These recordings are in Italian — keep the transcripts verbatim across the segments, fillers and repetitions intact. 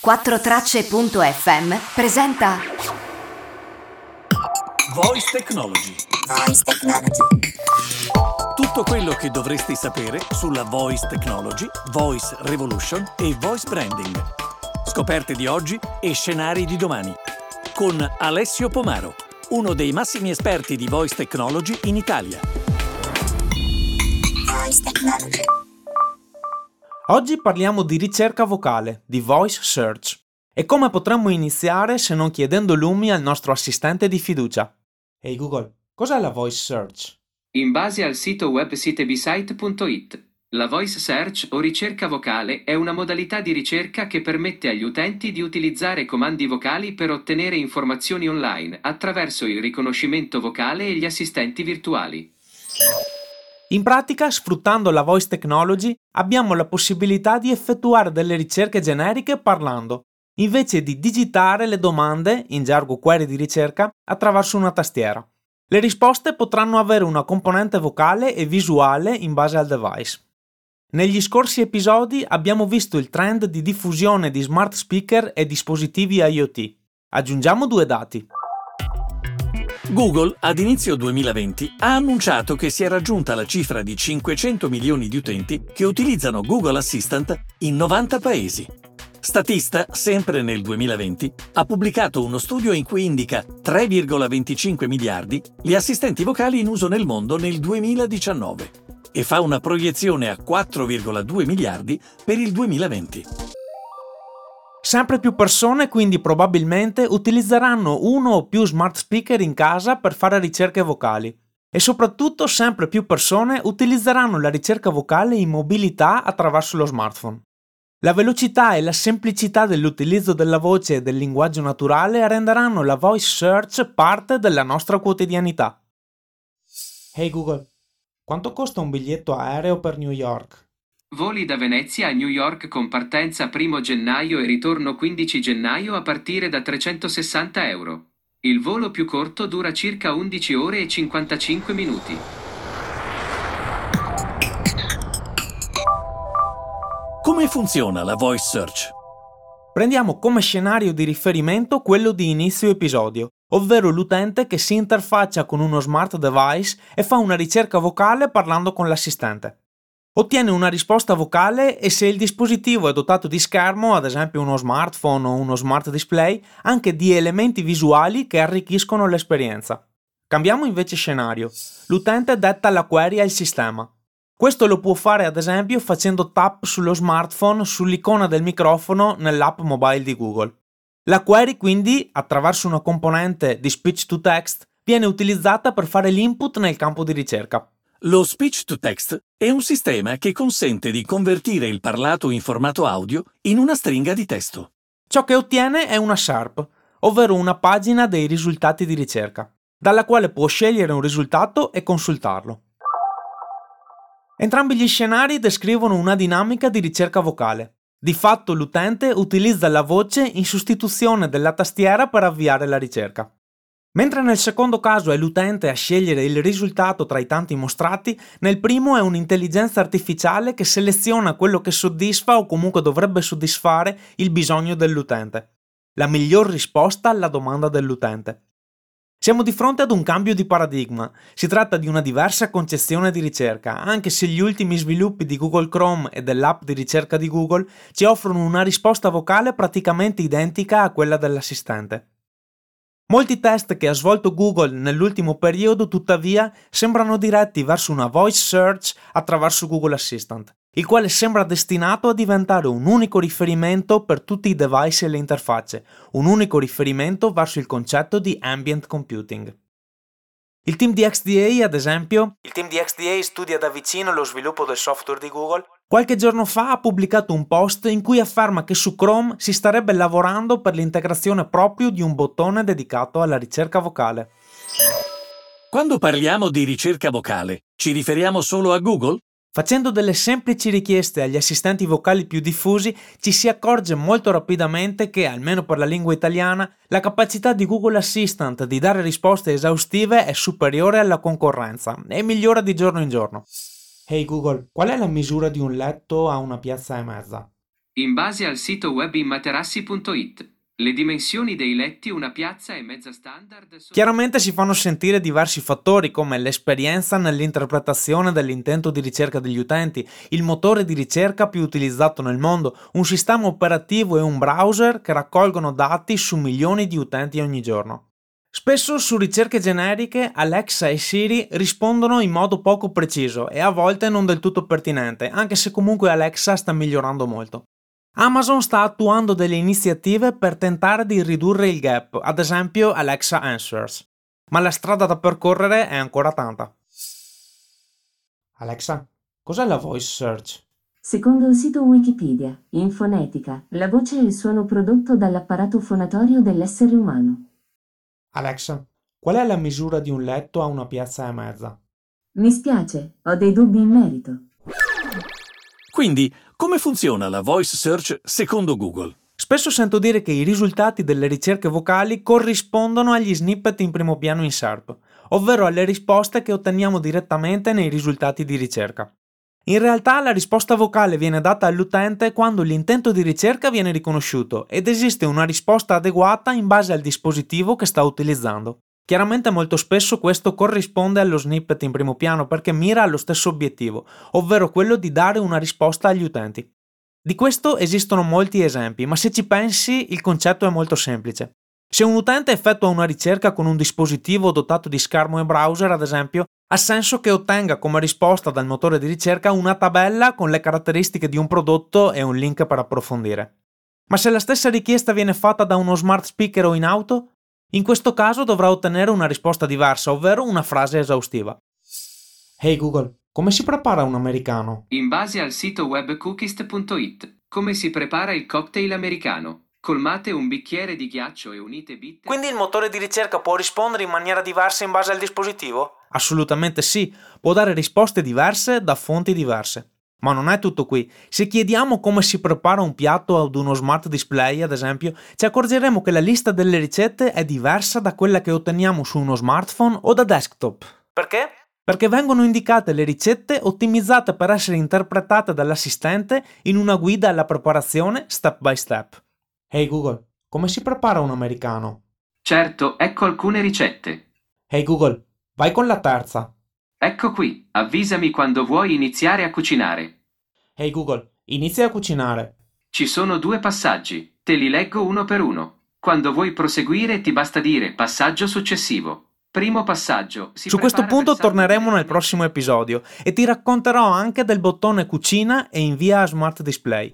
quattro tracce punto effe emme presenta Voice Technology. Voice Technology. Tutto quello che dovresti sapere sulla Voice Technology, Voice Revolution e Voice Branding. Scoperte di oggi e scenari di domani. Con Alessio Pomaro, uno dei massimi esperti di Voice Technology in Italia. Voice Technology. Oggi parliamo di ricerca vocale, di voice search. E come potremmo iniziare se non chiedendo lumi al nostro assistente di fiducia? Ehi hey Google, cos'è la voice search? In base al sito web sitebisite punto it, la voice search o ricerca vocale è una modalità di ricerca che permette agli utenti di utilizzare comandi vocali per ottenere informazioni online attraverso il riconoscimento vocale e gli assistenti virtuali. In pratica, sfruttando la voice technology, abbiamo la possibilità di effettuare delle ricerche generiche parlando, invece di digitare le domande, in gergo query di ricerca, attraverso una tastiera. Le risposte potranno avere una componente vocale e visuale in base al device. Negli scorsi episodi abbiamo visto il trend di diffusione di smart speaker e dispositivi IoT. Aggiungiamo due dati. Google, ad inizio duemilaventi, ha annunciato che si è raggiunta la cifra di cinquecento milioni di utenti che utilizzano Google Assistant in novanta paesi. Statista, sempre nel duemilaventi, ha pubblicato uno studio in cui indica tre virgola venticinque miliardi gli assistenti vocali in uso nel mondo nel duemiladiciannove e fa una proiezione a quattro virgola due miliardi per il duemilaventi. Sempre più persone quindi probabilmente utilizzeranno uno o più smart speaker in casa per fare ricerche vocali e soprattutto sempre più persone utilizzeranno la ricerca vocale in mobilità attraverso lo smartphone. La velocità e la semplicità dell'utilizzo della voce e del linguaggio naturale renderanno la voice search parte della nostra quotidianità. Hey Google, quanto costa un biglietto aereo per New York? Voli da Venezia a New York con partenza primo gennaio e ritorno quindici gennaio a partire da trecentosessanta euro. Il volo più corto dura circa undici ore e cinquantacinque minuti. Come funziona la voice search? Prendiamo come scenario di riferimento quello di inizio episodio, ovvero l'utente che si interfaccia con uno smart device e fa una ricerca vocale parlando con l'assistente. Ottiene una risposta vocale e se il dispositivo è dotato di schermo, ad esempio uno smartphone o uno smart display, anche di elementi visuali che arricchiscono l'esperienza. Cambiamo invece scenario. L'utente detta la query al sistema. Questo lo può fare ad esempio facendo tap sullo smartphone sull'icona del microfono nell'app mobile di Google. La query quindi, attraverso una componente di speech to text, viene utilizzata per fare l'input nel campo di ricerca. Lo speech to text è un sistema che consente di convertire il parlato in formato audio in una stringa di testo. Ciò che ottiene è una S E R P, ovvero una pagina dei risultati di ricerca, dalla quale può scegliere un risultato e consultarlo. Entrambi gli scenari descrivono una dinamica di ricerca vocale. Di fatto l'utente utilizza la voce in sostituzione della tastiera per avviare la ricerca. Mentre nel secondo caso è l'utente a scegliere il risultato tra i tanti mostrati, nel primo è un'intelligenza artificiale che seleziona quello che soddisfa o comunque dovrebbe soddisfare il bisogno dell'utente. La miglior risposta alla domanda dell'utente. Siamo di fronte ad un cambio di paradigma. Si tratta di una diversa concezione di ricerca, anche se gli ultimi sviluppi di Google Chrome e dell'app di ricerca di Google ci offrono una risposta vocale praticamente identica a quella dell'assistente. Molti test che ha svolto Google nell'ultimo periodo, tuttavia, sembrano diretti verso una voice search attraverso Google Assistant, il quale sembra destinato a diventare un unico riferimento per tutti i device e le interfacce, un unico riferimento verso il concetto di ambient computing. Il team di X D A, ad esempio, il team di X D A studia da vicino lo sviluppo del software di Google. Qualche giorno fa ha pubblicato un post in cui afferma che su Chrome si starebbe lavorando per l'integrazione proprio di un bottone dedicato alla ricerca vocale. Quando parliamo di ricerca vocale, ci riferiamo solo a Google? Facendo delle semplici richieste agli assistenti vocali più diffusi, ci si accorge molto rapidamente che, almeno per la lingua italiana, la capacità di Google Assistant di dare risposte esaustive è superiore alla concorrenza e migliora di giorno in giorno. Hey Google, qual è la misura di un letto a una piazza e mezza? In base al sito web immaterassi punto it, le dimensioni dei letti una piazza e mezza standard sono... Chiaramente si fanno sentire diversi fattori come l'esperienza nell'interpretazione dell'intento di ricerca degli utenti, il motore di ricerca più utilizzato nel mondo, un sistema operativo e un browser che raccolgono dati su milioni di utenti ogni giorno. Spesso su ricerche generiche Alexa e Siri rispondono in modo poco preciso e a volte non del tutto pertinente, anche se comunque Alexa sta migliorando molto. Amazon sta attuando delle iniziative per tentare di ridurre il gap, ad esempio Alexa Answers. Ma la strada da percorrere è ancora tanta. Alexa, cos'è la voice search? Secondo il sito Wikipedia, in fonetica, la voce è il suono prodotto dall'apparato fonatorio dell'essere umano. Alexa, qual è la misura di un letto a una piazza e mezza? Mi spiace, ho dei dubbi in merito. Quindi, come funziona la voice search secondo Google? Spesso sento dire che i risultati delle ricerche vocali corrispondono agli snippet in primo piano in S E R P, ovvero alle risposte che otteniamo direttamente nei risultati di ricerca. In realtà la risposta vocale viene data all'utente quando l'intento di ricerca viene riconosciuto ed esiste una risposta adeguata in base al dispositivo che sta utilizzando. Chiaramente molto spesso questo corrisponde allo snippet in primo piano perché mira allo stesso obiettivo, ovvero quello di dare una risposta agli utenti. Di questo esistono molti esempi, ma se ci pensi il concetto è molto semplice. Se un utente effettua una ricerca con un dispositivo dotato di schermo e browser, ad esempio, ha senso che ottenga come risposta dal motore di ricerca una tabella con le caratteristiche di un prodotto e un link per approfondire. Ma se la stessa richiesta viene fatta da uno smart speaker o in auto? In questo caso dovrà ottenere una risposta diversa, ovvero una frase esaustiva. Hey Google, come si prepara un americano? In base al sito web cookist punto it, come si prepara il cocktail americano? Colmate un bicchiere di ghiaccio e unite bitter... Quindi il motore di ricerca può rispondere in maniera diversa in base al dispositivo? Assolutamente sì, può dare risposte diverse da fonti diverse. Ma non è tutto qui. Se chiediamo come si prepara un piatto ad uno smart display, ad esempio, ci accorgeremo che la lista delle ricette è diversa da quella che otteniamo su uno smartphone o da desktop. Perché? Perché vengono indicate le ricette ottimizzate per essere interpretate dall'assistente in una guida alla preparazione step by step. Hey Google, come si prepara un americano? Certo, ecco alcune ricette. Hey Google, vai con la terza. Ecco qui, avvisami quando vuoi iniziare a cucinare. Hey Google, inizia a cucinare. Ci sono due passaggi, te li leggo uno per uno. Quando vuoi proseguire ti basta dire passaggio successivo. Primo passaggio. Si Su questo punto versato... torneremo nel prossimo episodio e ti racconterò anche del bottone cucina e invia a smart display.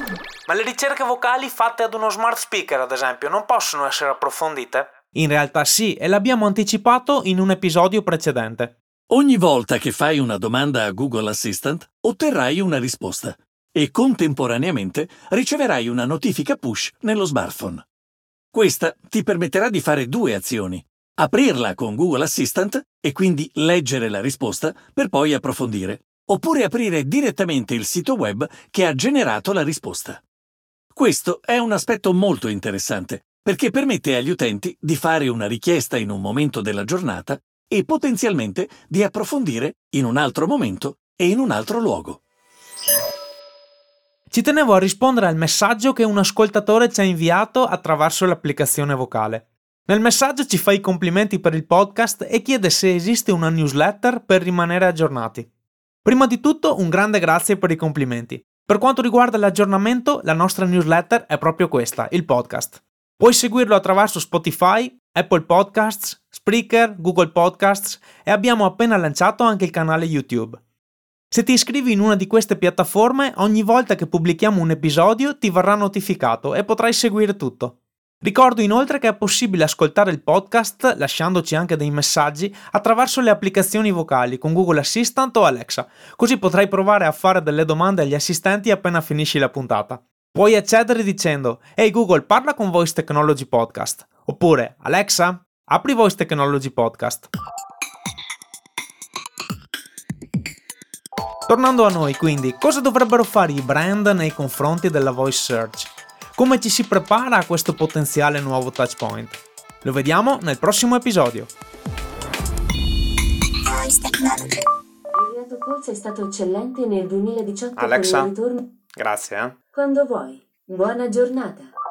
Ma le ricerche vocali fatte ad uno smart speaker, ad esempio, non possono essere approfondite? In realtà sì, e l'abbiamo anticipato in un episodio precedente. Ogni volta che fai una domanda a Google Assistant, otterrai una risposta e contemporaneamente riceverai una notifica push nello smartphone. Questa ti permetterà di fare due azioni: aprirla con Google Assistant e quindi leggere la risposta per poi approfondire, oppure aprire direttamente il sito web che ha generato la risposta. Questo è un aspetto molto interessante perché permette agli utenti di fare una richiesta in un momento della giornata e potenzialmente di approfondire in un altro momento e in un altro luogo. Ci tenevo a rispondere al messaggio che un ascoltatore ci ha inviato attraverso l'applicazione vocale. Nel messaggio ci fa i complimenti per il podcast e chiede se esiste una newsletter per rimanere aggiornati. Prima di tutto un grande grazie per i complimenti. Per quanto riguarda l'aggiornamento, la nostra newsletter è proprio questa, il podcast. Puoi seguirlo attraverso Spotify, Apple Podcasts, Spreaker, Google Podcasts e abbiamo appena lanciato anche il canale YouTube. Se ti iscrivi in una di queste piattaforme, ogni volta che pubblichiamo un episodio ti verrà notificato e potrai seguire tutto. Ricordo inoltre che è possibile ascoltare il podcast, lasciandoci anche dei messaggi, attraverso le applicazioni vocali con Google Assistant o Alexa, così potrai provare a fare delle domande agli assistenti appena finisci la puntata. Puoi accedere dicendo «Ehi Google, parla con Voice Technology Podcast», oppure «Alexa, apri Voice Technology Podcast». Tornando a noi, quindi, cosa dovrebbero fare i brand nei confronti della voice search? Come ci si prepara a questo potenziale nuovo touchpoint? Lo vediamo nel prossimo episodio. Il Reato Calls è stato eccellente nel duemiladiciotto Alexa, con il ritorno... Grazie, eh. Quando vuoi. Buona giornata.